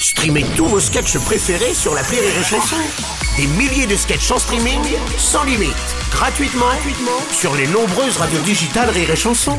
Streamez tous vos sketchs préférés sur l'appli Rire et Chanson. Des milliers de sketchs en streaming, sans limite, gratuitement sur les nombreuses radios digitales Rire et Chanson.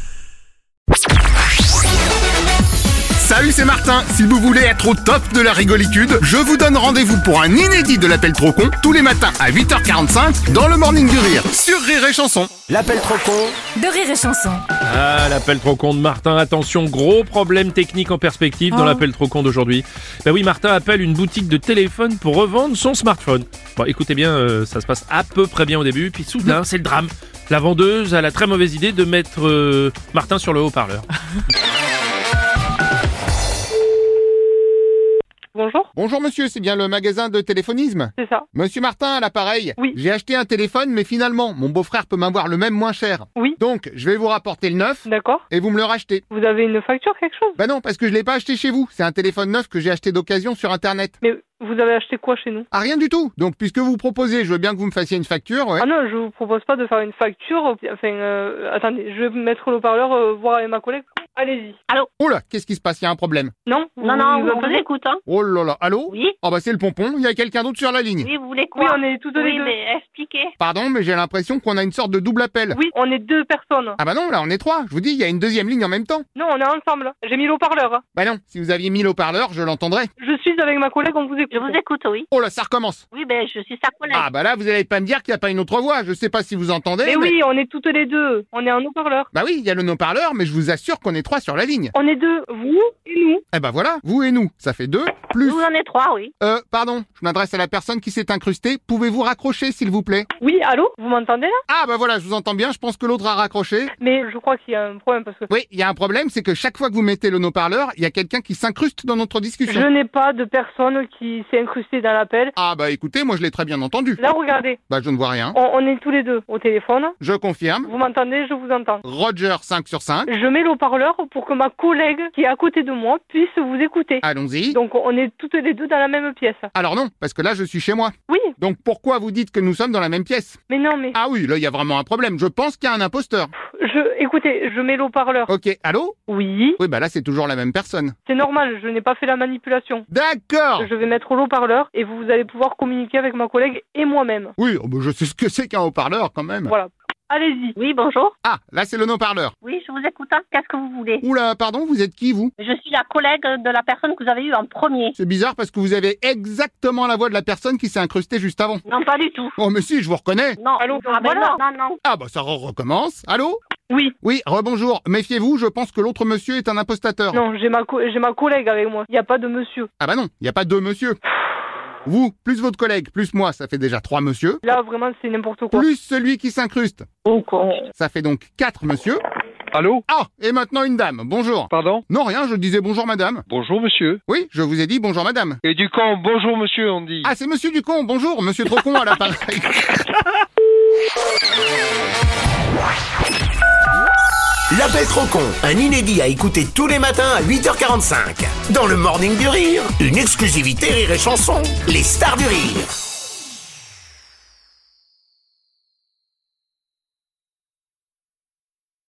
Salut, c'est Martin. Si vous voulez être au top de la rigolitude, je vous donne rendez-vous pour un inédit de l'appel trop con tous les matins à 8h45 dans le Morning du Rire sur Rire et Chanson. L'appel trop con de Rire et Chanson. Ah, l'appel trop con de Martin. Attention, gros problème technique en perspective dans l'appel trop con d'aujourd'hui. Ben oui, Martin appelle une boutique de téléphone pour revendre son smartphone. Bon, écoutez bien, ça se passe à peu près bien au début, puis soudain, c'est le drame. La vendeuse a la très mauvaise idée de mettre Martin sur le haut-parleur. Bonjour, Bonjour monsieur, c'est bien le magasin de téléphonisme? c'est ça. Monsieur Martin à l'appareil. Oui. J'ai acheté un téléphone, mais finalement, mon beau-frère peut m'avoir le même moins cher. Oui. Donc, je vais vous rapporter le neuf D'accord. et vous me le rachetez. Vous avez une facture, quelque chose? Bah non, parce que je l'ai pas acheté chez vous. C'est un téléphone neuf que j'ai acheté d'occasion sur Internet. Mais vous avez acheté quoi chez nous? Ah, rien du tout. Donc, puisque vous proposez, je veux bien que vous me fassiez une facture, ouais. Ah non, je vous propose pas de faire une facture. Enfin, attendez, je vais mettre le haut-parleur, voir avec ma collègue. Allez-y. Oula, qu'est-ce qui se passe? Il y a un problème. Non? Non, vous on vous entendez? écoute, hein. Oh là là, allô? Oui, Oh bah c'est le pompon, il y a quelqu'un d'autre sur la ligne. oui, vous voulez Oui, quoi? on est toutes les Oui, deux. mais expliquez. Pardon, mais j'ai l'impression qu'on a une sorte de double appel. Oui, on est deux personnes. Ah bah non, là on est trois. Je vous dis, il y a une deuxième ligne en même temps. Non, on est ensemble. J'ai mis le haut-parleur. Hein. Bah non, si vous aviez mis l'haut-parleur, je l'entendrais. Je suis avec ma collègue, on vous écoute. Je vous écoute, oui. Oh là, ça recommence. Oui, ben, je suis sa collègue. Ah bah là, vous allez pas me dire qu'il n'y a pas une autre voix. Je sais pas si vous entendez. Mais oui, on est toutes les deux. On est en haut-parleur. Bah oui, il y a le haut-parleur, mais je vous assure qu'on est trois sur la ligne. On est deux, vous et nous. Eh bah voilà, vous et nous, ça fait deux, plus... Vous en êtes trois, oui. Pardon, je m'adresse à la personne qui s'est incrustée. Pouvez-vous raccrocher, s'il vous plaît? Oui, allô? Vous m'entendez là? Ah bah voilà, je vous entends bien, je pense que l'autre a raccroché. Mais je crois qu'il y a un problème parce que Oui, il y a un problème, c'est que chaque fois que vous mettez le haut-parleur, il y a quelqu'un qui s'incruste dans notre discussion. je n'ai pas de personne qui s'est incrustée dans l'appel. Ah bah écoutez, moi je l'ai très bien entendu. Là, regardez. Bah je ne vois rien. On est tous les deux au téléphone. Je confirme. Vous m'entendez? Je vous entends. Roger 5 sur 5. Je mets le haut-parleur pour que ma collègue qui est à côté de moi puisse vous écouter. Allons-y. Donc on est toutes les deux dans la même pièce. Alors non, parce que là je suis chez moi. Oui, Donc pourquoi vous dites que nous sommes dans la même pièce? mais non, mais Ah oui, là il y a vraiment un problème. Je pense qu'il y a un imposteur. écoutez, je mets le haut-parleur. Ok, allô? Oui, Oui, bah là c'est toujours la même personne. c'est normal, je n'ai pas fait la manipulation. D'accord. Je vais mettre le haut-parleur et vous allez pouvoir communiquer avec ma collègue et moi-même. Oui, oh, bah, je sais ce que c'est qu'un haut-parleur quand même. Voilà. Allez-y. Oui, bonjour. Ah, là c'est le haut-parleur. Oui, je vous écoute, hein. Qu'est-ce que vous voulez? Oula, pardon, vous êtes qui vous? Je suis la collègue de la personne que vous avez eue en premier. C'est bizarre parce que vous avez exactement la voix de la personne qui s'est incrustée juste avant. Non, pas du tout. Oh mais si, je vous reconnais. Non. Allô, Ah, ben voilà. non. Ah bah ça recommence. Allô? Oui. Oui, rebonjour. Méfiez-vous, je pense que l'autre monsieur est un impostateur. Non, j'ai ma collègue avec moi. Il n'y a pas de monsieur. Ah bah non, il n'y a pas deux monsieur. Vous, plus votre collègue, plus moi, ça fait déjà 3 monsieur. Là, vraiment, c'est n'importe quoi. Plus celui qui s'incruste. Oh, con. Ça fait donc 4 monsieur. Allô? Ah, et maintenant une dame. Bonjour. Pardon? Non, rien, je disais bonjour madame. Bonjour monsieur. Oui, je vous ai dit bonjour madame. Et du camp, bonjour monsieur, on dit. Ah, c'est monsieur Ducon, bonjour, monsieur Trocon à l'appareil. L'appel trop con, un inédit à écouter tous les matins à 8h45. Dans le Morning du Rire, une exclusivité Rire et Chanson, les stars du rire.